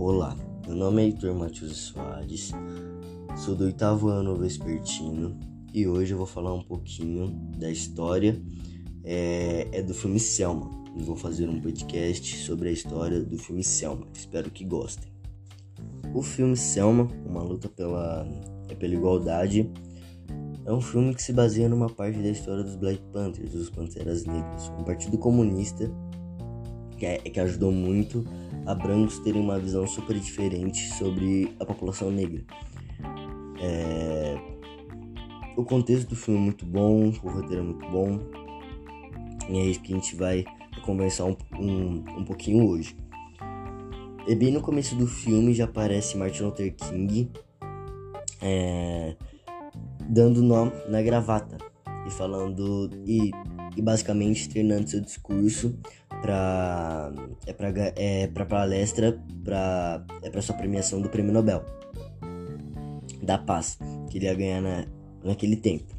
Olá, meu nome é Heitor Matheus Soares, sou do 8º ano vespertino e hoje eu vou falar um pouquinho da história do filme Selma. Eu vou fazer um podcast sobre a história do filme Selma, espero que gostem. O filme Selma, uma luta pela igualdade, é um filme que se baseia numa parte da história dos Black Panthers, dos Panteras Negras, um partido comunista que ajudou muito a brancos terem uma visão super diferente sobre a população negra. O contexto do filme é muito bom, o roteiro é muito bom, e é isso que a gente vai conversar um pouquinho hoje. E bem no começo do filme já aparece Martin Luther King dando nó na gravata e falando e basicamente treinando seu discurso para palestra para sua premiação do Prêmio Nobel da Paz que ele ia ganhar naquele tempo.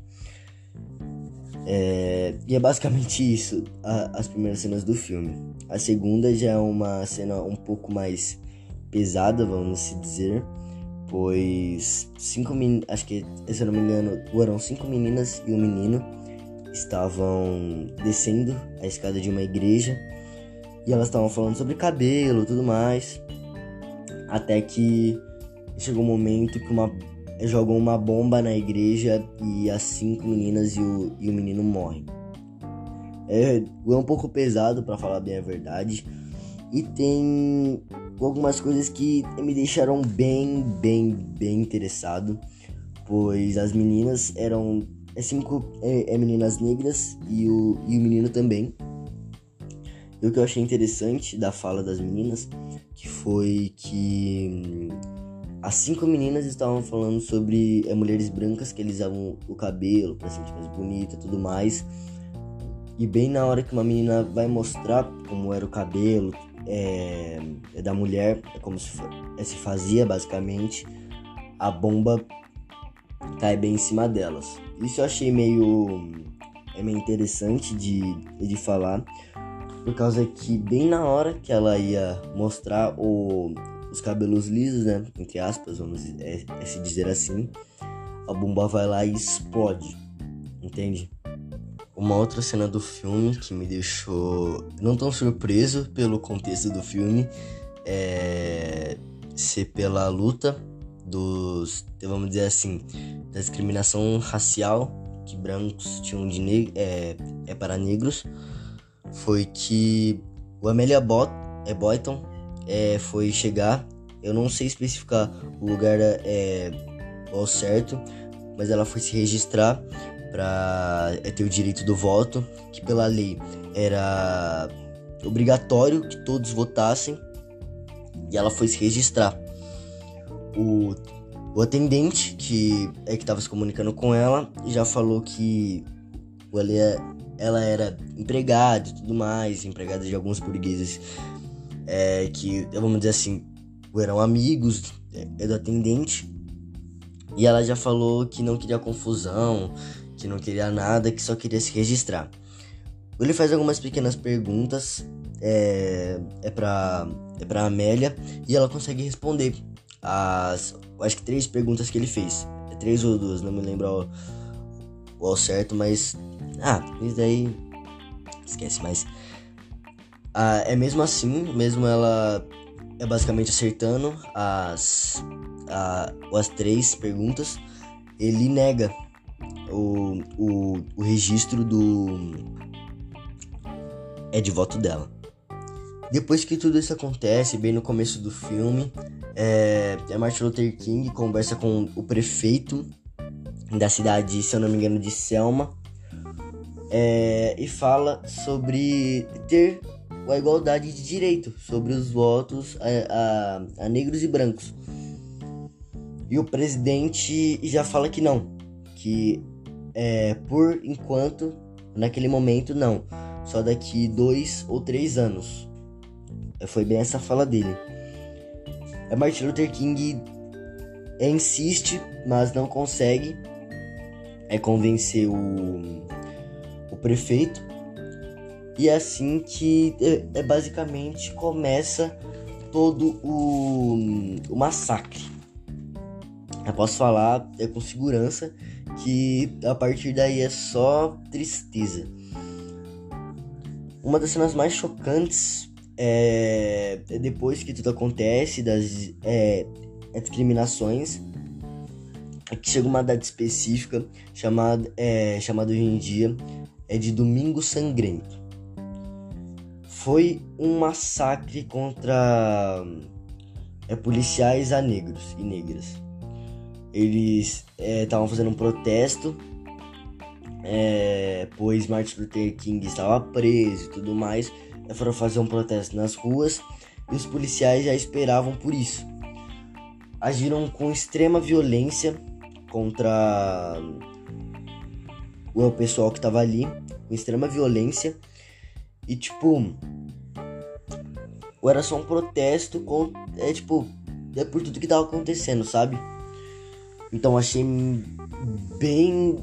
E é basicamente isso, as primeiras cenas do filme. A segunda já é uma cena um pouco mais pesada, vamos se dizer, pois acho que, se eu não me engano, eram 5 meninas e um menino estavam descendo a escada de uma igreja e elas estavam falando sobre cabelo e tudo mais, até que chegou um momento que jogam uma bomba na igreja e as 5 meninas e o menino morrem. É um pouco pesado, pra falar bem a verdade, e tem algumas coisas que me deixaram bem interessado, pois as meninas eram 5 meninas negras e o menino também. E o que eu achei interessante da fala das meninas que foi que as 5 meninas estavam falando sobre mulheres brancas que eles usavam o cabelo pra se sentir mais bonita e tudo mais. E bem na hora que uma menina vai mostrar como era o cabelo da mulher, como se fazia basicamente, a bomba cai bem em cima delas. Isso eu achei meio interessante de falar, por causa que bem na hora que ela ia mostrar os cabelos lisos, né, entre aspas, vamos se dizer assim, a bomba vai lá e explode, entende? Uma outra cena do filme que me deixou não tão surpreso pelo contexto do filme ser pela luta vamos dizer assim, da discriminação racial que brancos tinham para negros, foi que o Amelia Boyton foi chegar, eu não sei especificar o lugar ao certo, mas ela foi se registrar para ter o direito do voto, que pela lei era obrigatório que todos votassem, e ela foi se registrar. O atendente que estava se comunicando com ela já falou que ela era empregada e tudo mais, empregada de alguns burgueses que, vamos dizer assim, eram amigos do atendente, e ela já falou que não queria confusão, que não queria nada, que só queria se registrar. Ele faz algumas pequenas perguntas pra Amélia, e ela consegue responder acho que 3 perguntas que ele fez. 3 ou 2, não me lembro ao certo, mas isso daí esquece. Mas mesmo assim, mesmo ela basicamente acertando as 3 perguntas, ele nega o registro de voto dela. Depois que tudo isso acontece, bem no começo do filme, Martin Luther King conversa com o prefeito da cidade, se eu não me engano, de Selma, e fala sobre ter a igualdade de direito, sobre os votos a negros e brancos. E o presidente já fala que não, que por enquanto, naquele momento não, só daqui 2 ou 3 anos. Foi bem essa fala dele. Martin Luther King insiste, mas não consegue convencer o prefeito. E é assim que basicamente começa todo o massacre. Eu posso falar com segurança que a partir daí é só tristeza. Uma das cenas mais chocantes é depois que tudo acontece, das discriminações, que chega uma data específica chamada hoje em dia de Domingo Sangrento. Foi um massacre contra policiais a negros e negras. Eles estavam fazendo um protesto, pois Martin Luther King estava preso e tudo mais. Foram fazer um protesto nas ruas e os policiais já esperavam por isso. Agiram com extrema violência contra o pessoal que estava ali, com extrema violência. E era só um protesto por tudo que tava acontecendo, sabe? Então achei bem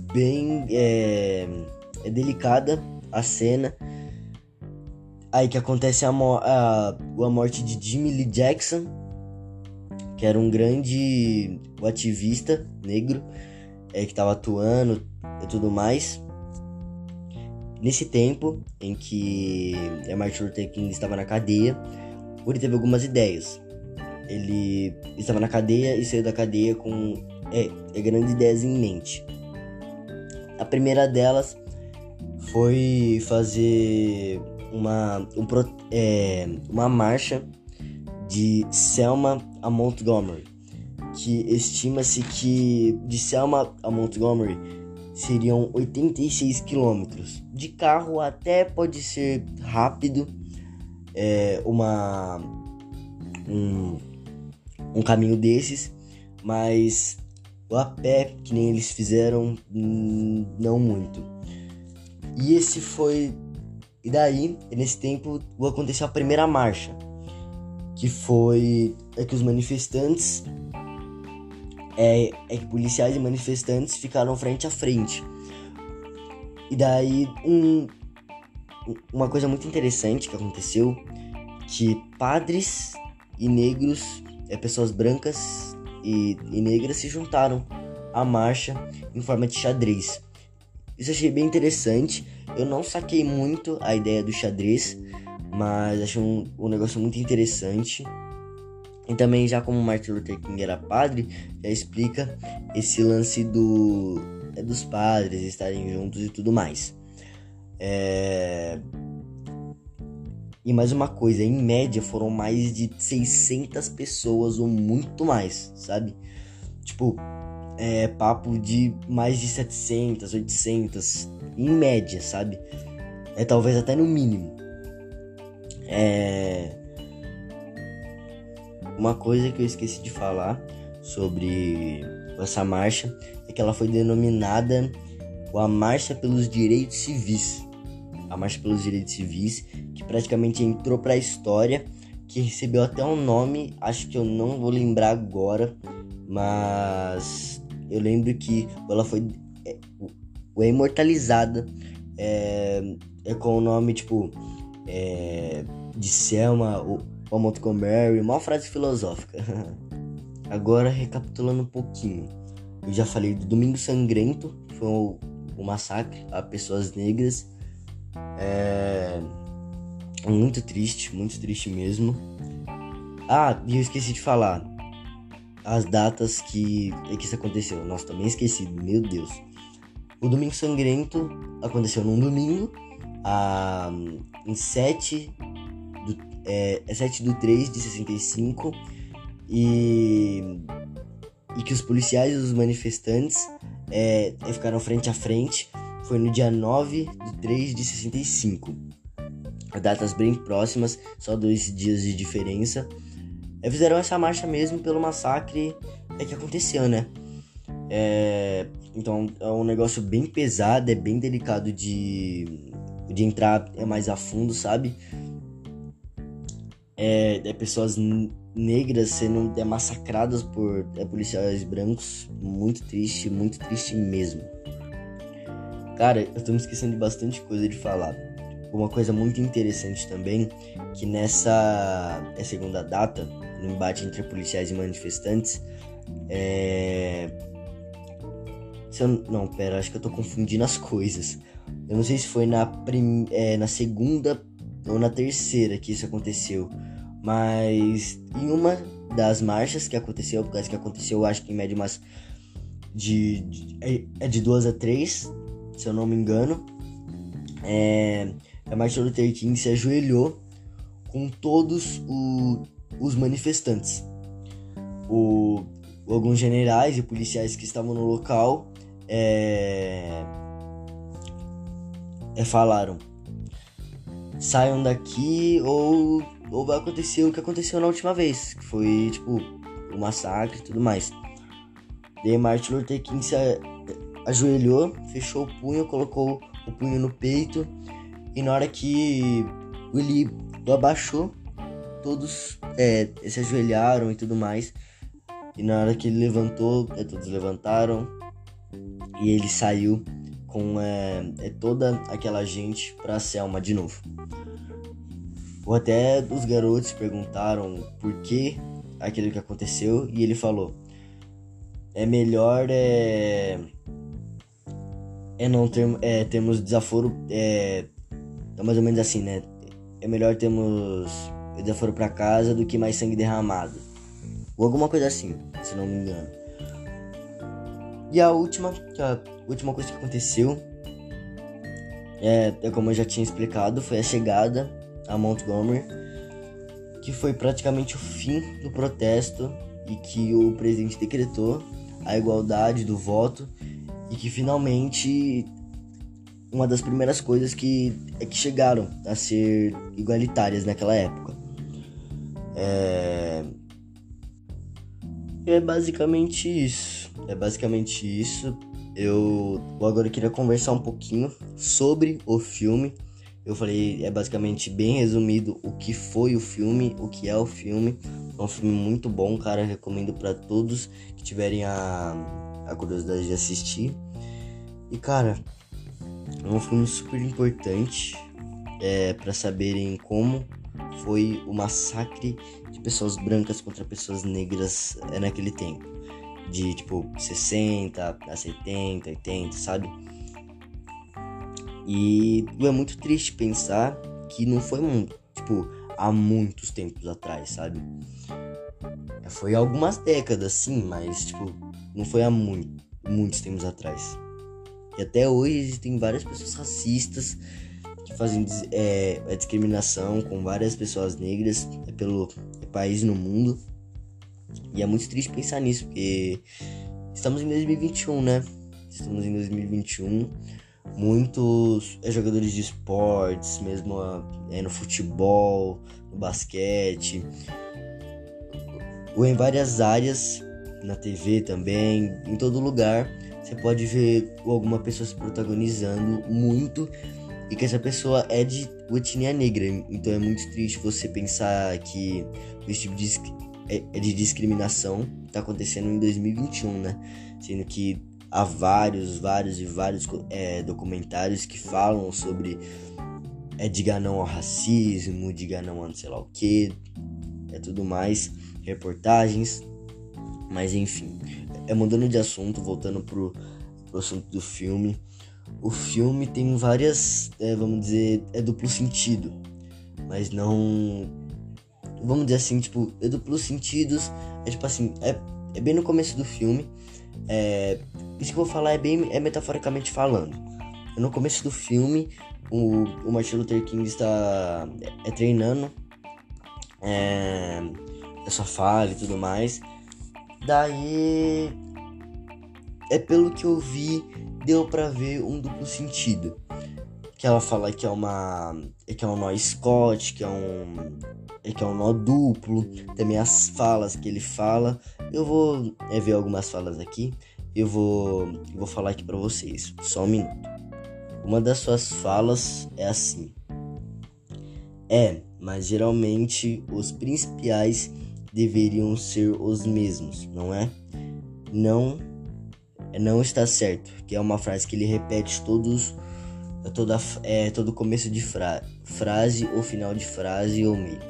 delicada a cena. Aí que acontece a morte de Jimmy Lee Jackson, que era um grande ativista negro, que tava atuando e tudo mais. Nesse tempo em que Martin Luther King estava na cadeia, ele teve algumas ideias. Ele estava na cadeia e saiu da cadeia com grandes ideias em mente. A primeira delas foi fazer uma marcha de Selma a Montgomery, que estima-se que de Selma a Montgomery seriam 86 quilômetros. De carro até pode ser rápido, um caminho desses, mas a pé, que nem eles fizeram, não muito. E daí, nesse tempo, aconteceu a primeira marcha, que foi que os manifestantes, que policiais e manifestantes ficaram frente a frente. E daí, uma coisa muito interessante que aconteceu, que padres e negros, pessoas brancas e negras se juntaram à marcha em forma de xadrez. Isso eu achei bem interessante. Eu não saquei muito a ideia do xadrez, mas achei um negócio muito interessante. E também, já como Martin Luther King era padre, já explica esse lance dos padres estarem juntos e tudo mais. E mais uma coisa, em média foram mais de 600 pessoas ou muito mais, sabe? Papo de mais de 700, 800, em média, sabe? Talvez até no mínimo. Uma coisa que eu esqueci de falar sobre essa marcha é que ela foi denominada a Marcha pelos Direitos Civis. A Marcha pelos Direitos Civis, que praticamente entrou para a história, que recebeu até um nome, acho que eu não vou lembrar agora, mas eu lembro que ela foi imortalizada com o nome de Selma ou Montgomery, uma frase filosófica. Agora, recapitulando um pouquinho, eu já falei do Domingo Sangrento, que foi o massacre a pessoas negras. Muito triste mesmo. E eu esqueci de falar as datas que isso aconteceu. Nossa, também esqueci, meu Deus. O Domingo Sangrento aconteceu num domingo, em 7 de 3 de 65, e que os policiais e os manifestantes ficaram frente a frente. Foi no dia 9 de 3 de 65. Datas bem próximas, só 2 dias de diferença. Fizeram essa marcha mesmo pelo massacre que aconteceu, né? Então é um negócio bem pesado, bem delicado de entrar mais a fundo, sabe? Pessoas negras sendo massacradas por policiais brancos. Muito triste mesmo. Cara, eu tô me esquecendo de bastante coisa de falar. uma coisa muito interessante também, que nessa segunda data, no embate entre policiais e manifestantes, acho que eu tô confundindo as coisas. Eu não sei se foi na segunda ou na terceira que isso aconteceu, mas em uma das marchas que aconteceu, por causa que aconteceu, acho que em média umas de 2 a 3, se eu não me engano, a Martin Luther King se ajoelhou com todos os manifestantes. Alguns generais e policiais que estavam no local falaram: saiam daqui ou vai acontecer o que aconteceu na última vez, que foi tipo o massacre e tudo mais. Daí Martin Luther King se ajoelhou, fechou o punho, colocou o punho no peito, e na hora que ele abaixou, todos se ajoelharam e tudo mais. E na hora que ele levantou, todos levantaram, e ele saiu com toda aquela gente pra Selma de novo. Ou até os garotos perguntaram por que aquilo que aconteceu, e ele falou: é melhor não termos desaforo, mais ou menos assim, né? É melhor termos desaforo pra casa do que mais sangue derramado, ou alguma coisa assim, se não me engano. E a última coisa que aconteceu, como eu já tinha explicado, foi a chegada a Montgomery, que foi praticamente o fim do protesto, e que o presidente decretou a igualdade do voto, e que finalmente uma das primeiras coisas que chegaram a ser igualitárias naquela época. É basicamente isso. Eu agora queria conversar um pouquinho sobre o filme. Eu falei, basicamente bem resumido o que foi o filme, o que é o filme. É um filme muito bom, cara. Recomendo para todos que tiverem a curiosidade de assistir. E, cara, é um filme super importante para saberem como foi o massacre de pessoas brancas contra pessoas negras naquele tempo. De, tipo, 60 a 70, 80, sabe? E é muito triste pensar que não foi há muitos tempos atrás, sabe? Foi algumas décadas, sim, mas, não foi há muitos tempos atrás. E até hoje existem várias pessoas racistas que fazem a discriminação com várias pessoas negras pelo país e no mundo. E é muito triste pensar nisso, porque estamos em 2021, né? Estamos em 2021. Muitos jogadores de esportes, mesmo no futebol, no basquete, ou em várias áreas, na TV também, em todo lugar, você pode ver alguma pessoa se protagonizando muito, e que essa pessoa é de etnia negra. Então é muito triste você pensar que esse tipo de discriminação está acontecendo em 2021, né? Sendo que há vários documentários que falam sobre diga não ao racismo, diga não a não sei lá o que, tudo mais, reportagens. Mas enfim, mudando de assunto, voltando pro assunto do filme. O filme tem várias, vamos dizer, duplo sentido, mas não, vamos dizer assim, duplos sentidos, é bem no começo do filme. Isso que eu vou falar é metaforicamente falando. No começo do filme, o Martin Luther King está treinando essa fala e tudo mais. Daí, pelo que eu vi, deu pra ver um duplo sentido. Que ela fala que é um nó Scott, que é um nó duplo. Também as falas que ele fala. Eu vou ver algumas falas aqui. Eu vou falar aqui pra vocês. Só um minuto. Uma das suas falas é assim: mas geralmente os principais deveriam ser os mesmos, não é? Não está certo. Que é uma frase que ele repete todo começo de frase ou final de frase ou meio.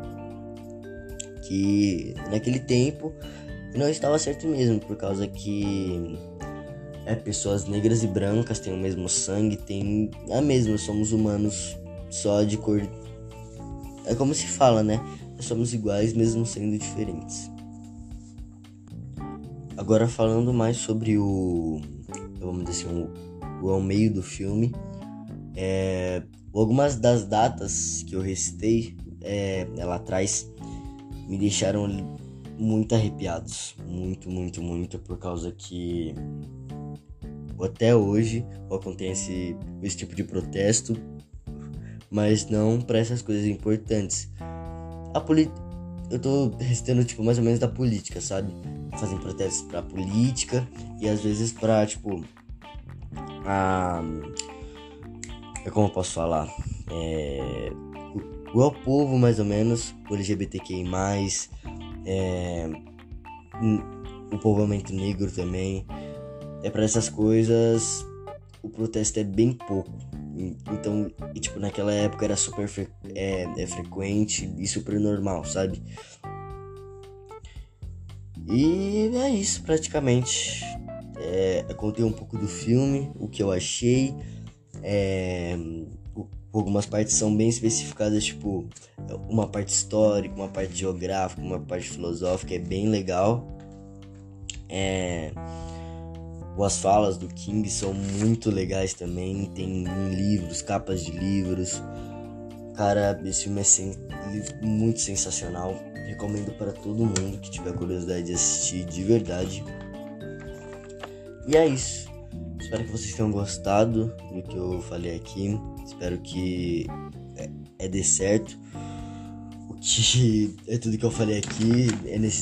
Que naquele tempo não estava certo mesmo, por causa que pessoas negras e brancas têm o mesmo sangue, tem a mesma, somos humanos só de cor. É como se fala, né? Somos iguais mesmo sendo diferentes. Agora falando mais sobre vamos dizer assim, o ao meio do filme, algumas das datas que eu recitei lá atrás me deixaram muito arrepiados, muito, por causa que até hoje acontece esse tipo de protesto, mas não para essas coisas importantes. Eu tô recitando tipo mais ou menos da política, sabe? Fazem protestos pra política e às vezes pra tipo como eu posso falar? O povo, mais ou menos, o LGBTQI+, o povoamento negro também. Para essas coisas, o protesto é bem pouco. Então, tipo, naquela época era super frequente e super normal, sabe? E é isso, praticamente. Eu contei um pouco do filme, o que eu achei. Algumas partes são bem especificadas, tipo, uma parte histórica, uma parte geográfica, uma parte filosófica, é bem legal. As falas do King são muito legais também, tem livros, capas de livros. Cara, esse filme é muito sensacional, recomendo para todo mundo que tiver curiosidade de assistir, de verdade. E é isso. Espero que vocês tenham gostado do que eu falei aqui. Espero que dê certo. O que é tudo que eu falei aqui nesses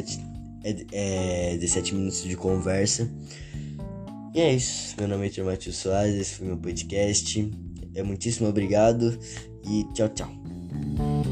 17 minutos de conversa. E é isso. Meu nome é Matheus Soares. Esse foi meu podcast. Muitíssimo obrigado e tchau.